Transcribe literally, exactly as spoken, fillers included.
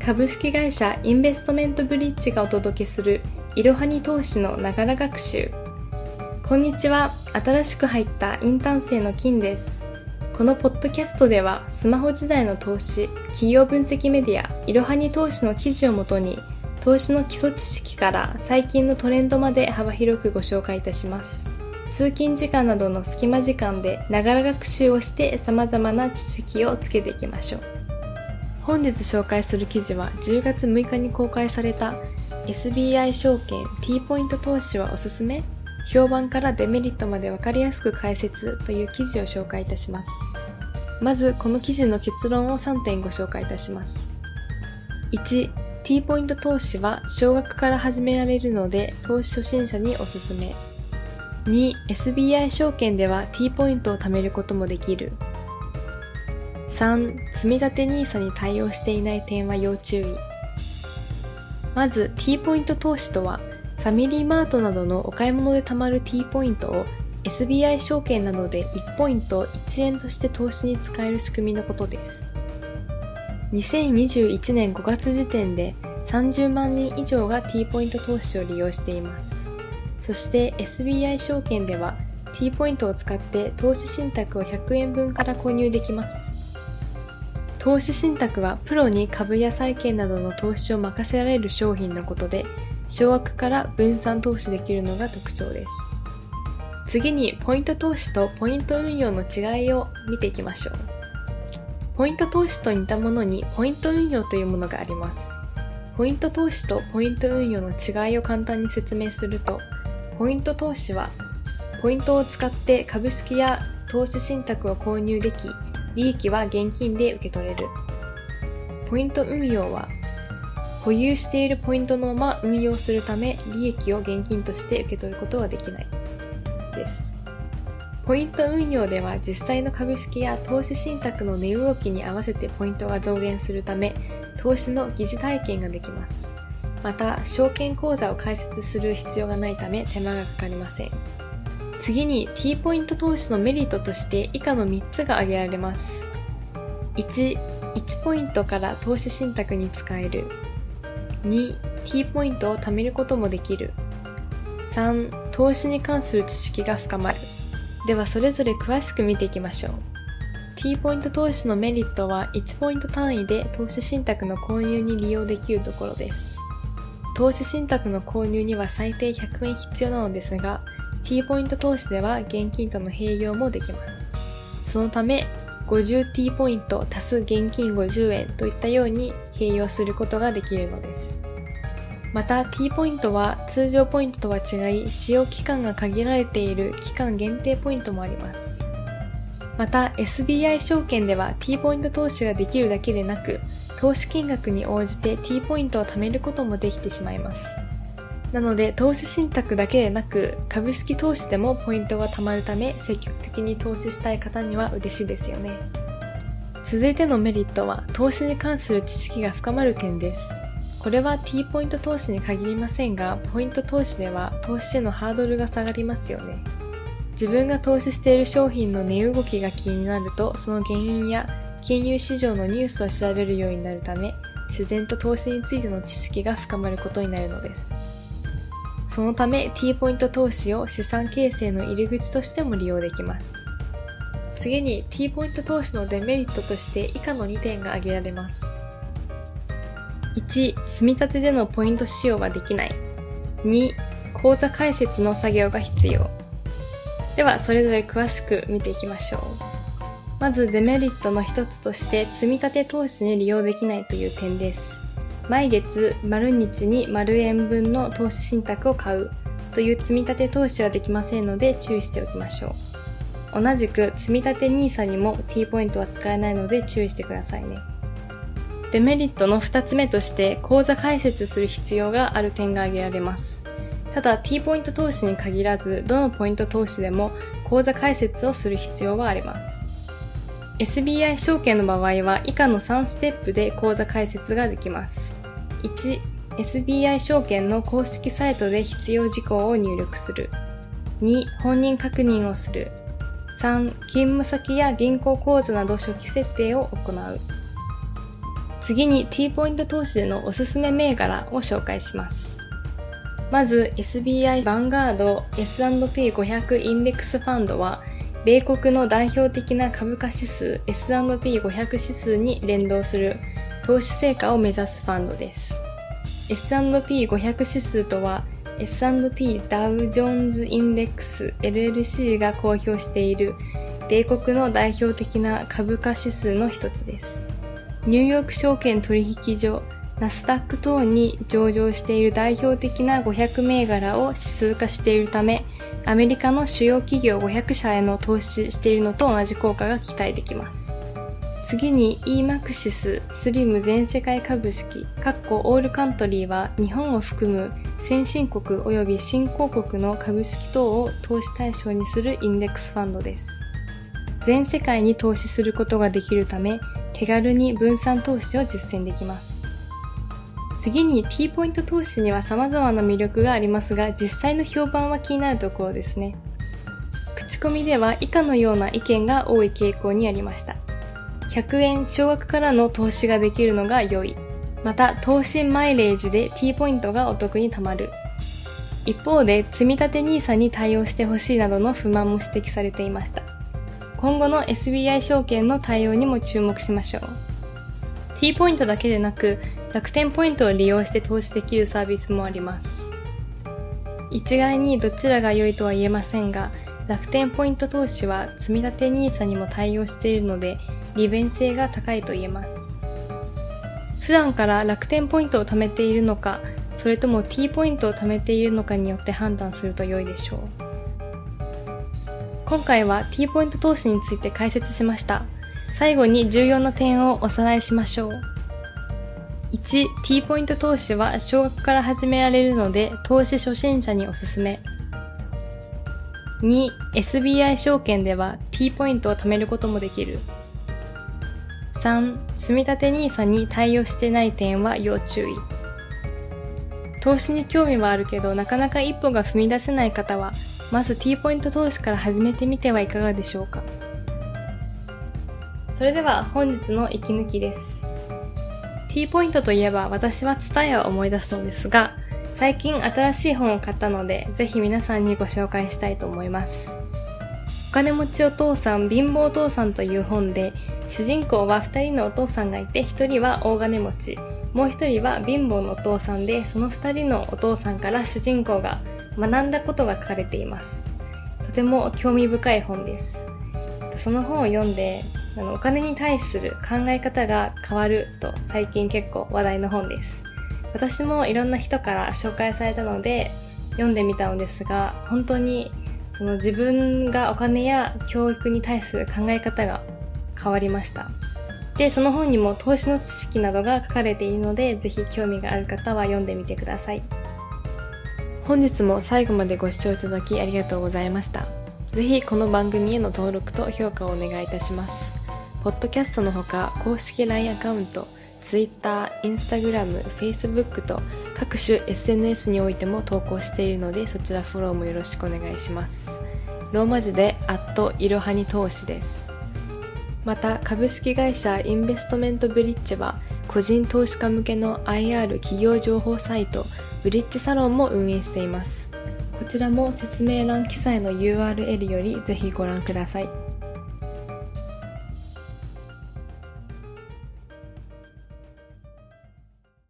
株式会社インベストメントブリッジがお届けするいろはに投資のながら学習。こんにちは。新しく入ったインターン生の金です。このポッドキャストではスマホ時代の投資、企業分析メディアいろはに投資の記事をもとに投資の基礎知識から最近のトレンドまで幅広くご紹介いたします。通勤時間などの隙間時間でながら学習をして様々な知識をつけていきましょう。本日紹介する記事はじゅうがつむいかに公開された エスビーアイ 証券 T ポイント投資はおすすめ？評判からデメリットまでわかりやすく解説という記事を紹介いたします。まずこの記事の結論をさんてんご紹介いたします。いち、T ポイント投資は少額から始められるので投資初心者におすすめ。に、エスビーアイ 証券では T ポイントを貯めることもできる。さん、積立 ニーサ に対応していない点は要注意。まず T ポイント投資とは、ファミリーマートなどのお買い物で貯まる T ポイントを エスビーアイ 証券などでいちポイントいちえんとして投資に使える仕組みのことです。にせんにじゅういちねんごがつ時点でさんじゅうまんにん以上が T ポイント投資を利用しています。そして エスビーアイ 証券では T ポイントを使って投資信託をひゃくえんぶんから購入できます。投資信託はプロに株や債券などの投資を任せられる商品のことで、少額から分散投資できるのが特徴です。次にポイント投資とポイント運用の違いを見ていきましょう。ポイント投資と似たものにポイント運用というものがあります。ポイント投資とポイント運用の違いを簡単に説明すると、ポイント投資はポイントを使って株式や投資信託を購入でき、利益は現金で受け取れる。ポイント運用は保有しているポイントのまま運用するため、利益を現金として受け取ることはできないです。ポイント運用では実際の株式や投資信託の値動きに合わせてポイントが増減するため、投資の疑似体験ができます。また、証券口座を開設する必要がないため手間がかかりません。次に T ポイント投資のメリットとして以下のみっつが挙げられます。いち、いちポイントから投資信託に使える。に、T ポイントを貯めることもできる。さん、投資に関する知識が深まる。ではそれぞれ詳しく見ていきましょう。T ポイント投資のメリットはいちポイント単位で投資信託の購入に利用できるところです。投資信託の購入には最低ひゃくえん必要なのですが、T ポイント投資では現金との併用もできます。そのため ごじゅうティー ポイント足す現金ごじゅうえんといったように併用することができるのです。また T ポイントは通常ポイントとは違い、使用期間が限られている期間限定ポイントもあります。また エスビーアイ 証券では T ポイント投資ができるだけでなく、投資金額に応じて T ポイントを貯めることもできてしまいます。なので投資信託だけでなく株式投資でもポイントが貯まるため、積極的に投資したい方には嬉しいですよね。続いてのメリットは投資に関する知識が深まる点です。これは T ポイント投資に限りませんが、ポイント投資では投資へのハードルが下がりますよね。自分が投資している商品の値動きが気になると、その原因や金融市場のニュースを調べるようになるため、自然と投資についての知識が深まることになるのです。そのため T ポイント投資を資産形成の入り口としても利用できます。次に T ポイント投資のデメリットとして以下のにてんが挙げられます。いち、積み立てでのポイント使用はできない。に、口座開設の作業が必要。ではそれぞれ詳しく見ていきましょう。まずデメリットの一つとして積み立て投資に利用できないという点です。毎月〇日に〇えんぶんの投資信託を買うという積み立て投資はできませんので注意しておきましょう。同じく積み立て ニーサ にも T ポイントは使えないので注意してくださいね。デメリットのふたつめとして口座開設する必要がある点が挙げられます。ただ T ポイント投資に限らず、どのポイント投資でも口座開設をする必要はあります。エスビーアイ 証券の場合は以下のさんステップで口座開設ができます。いち、エスビーアイ 証券の公式サイトで必要事項を入力する。に、本人確認をする。さん、勤務先や銀行口座など初期設定を行う。 次に T ポイント投資でのおすすめ銘柄を紹介します。まず エスビーアイ ヴァンガード エスアンドピーごひゃく インデックスファンドは米国の代表的な株価指数 エスアンドピーごひゃく 指数に連動する投資成果を目指すファンドです。エスアンドピーごひゃく 指数とは エスアンドピー ダウジョーンズインデックス エルエルシー が公表している米国の代表的な株価指数の一つです。ニューヨーク証券取引所、ナスダック等に上場している代表的なごひゃく銘柄を指数化しているため、アメリカの主要企業ごひゃく社への投資しているのと同じ効果が期待できます。次に イーマクシス スリム全世界株式（オールカントリー）は日本を含む先進国及び新興国の株式等を投資対象にするインデックスファンドです。全世界に投資することができるため、手軽に分散投資を実践できます。次に T ポイント投資には様々な魅力がありますが、実際の評判は気になるところですね。口コミでは以下のような意見が多い傾向にありました。ひゃくえん少額からの投資ができるのが良い。また、投資マイレージで T ポイントがお得に貯まる。一方で、積立 ニーサ に対応してほしいなどの不満も指摘されていました。今後の エスビーアイ 証券の対応にも注目しましょう。T ポイントだけでなく、楽天ポイントを利用して投資できるサービスもあります。一概にどちらが良いとは言えませんが、楽天ポイント投資は積立 ニーサ にも対応しているので、利便性が高いと言えます。普段から楽天ポイントを貯めているのか、それとも T ポイントを貯めているのかによって判断すると良いでしょう。今回は T ポイント投資について解説しました。最後に重要な点をおさらいしましょう。いち. T ポイント投資は少額から始められるので投資初心者におすすめ。に. エスビーアイ 証券では T ポイントを貯めることもできる。さん. 積立 ニーサ に対応してない点は要注意。投資に興味はあるけどなかなか一歩が踏み出せない方は、まず T ポイント投資から始めてみてはいかがでしょうか。それでは本日の息抜きです。T ポイントといえば私はツタヤを思い出すのですが、最近新しい本を買ったので、ぜひ皆さんにご紹介したいと思います。お金持ちお父さん、貧乏お父さんという本で、主人公はふたりのお父さんがいて、ひとりは大金持ち、もうひとりは貧乏のお父さんで、そのふたりのお父さんから主人公が学んだことが書かれています。とても興味深い本です。その本を読んで、あのお金に対する考え方が変わると最近結構話題の本です。私もいろんな人から紹介されたので読んでみたのですが、本当にその自分がお金や教育に対する考え方が変わりました。で、その本にも投資の知識などが書かれているので、ぜひ興味がある方は読んでみてください。本日も最後までご視聴いただきありがとうございました。ぜひこの番組への登録と評価をお願いいたします。ポッドキャストのほか公式 ライン アカウント、Twitter、Instagram、Facebook と各種 エスエヌエス においても投稿しているので、そちらフォローもよろしくお願いします。ローマ字でアットいろはに投資です。また株式会社インベストメントブリッジは個人投資家向けの アイアール 企業情報サイトブリッジサロンも運営しています。こちらも説明欄記載の ユーアールエル よりぜひご覧ください。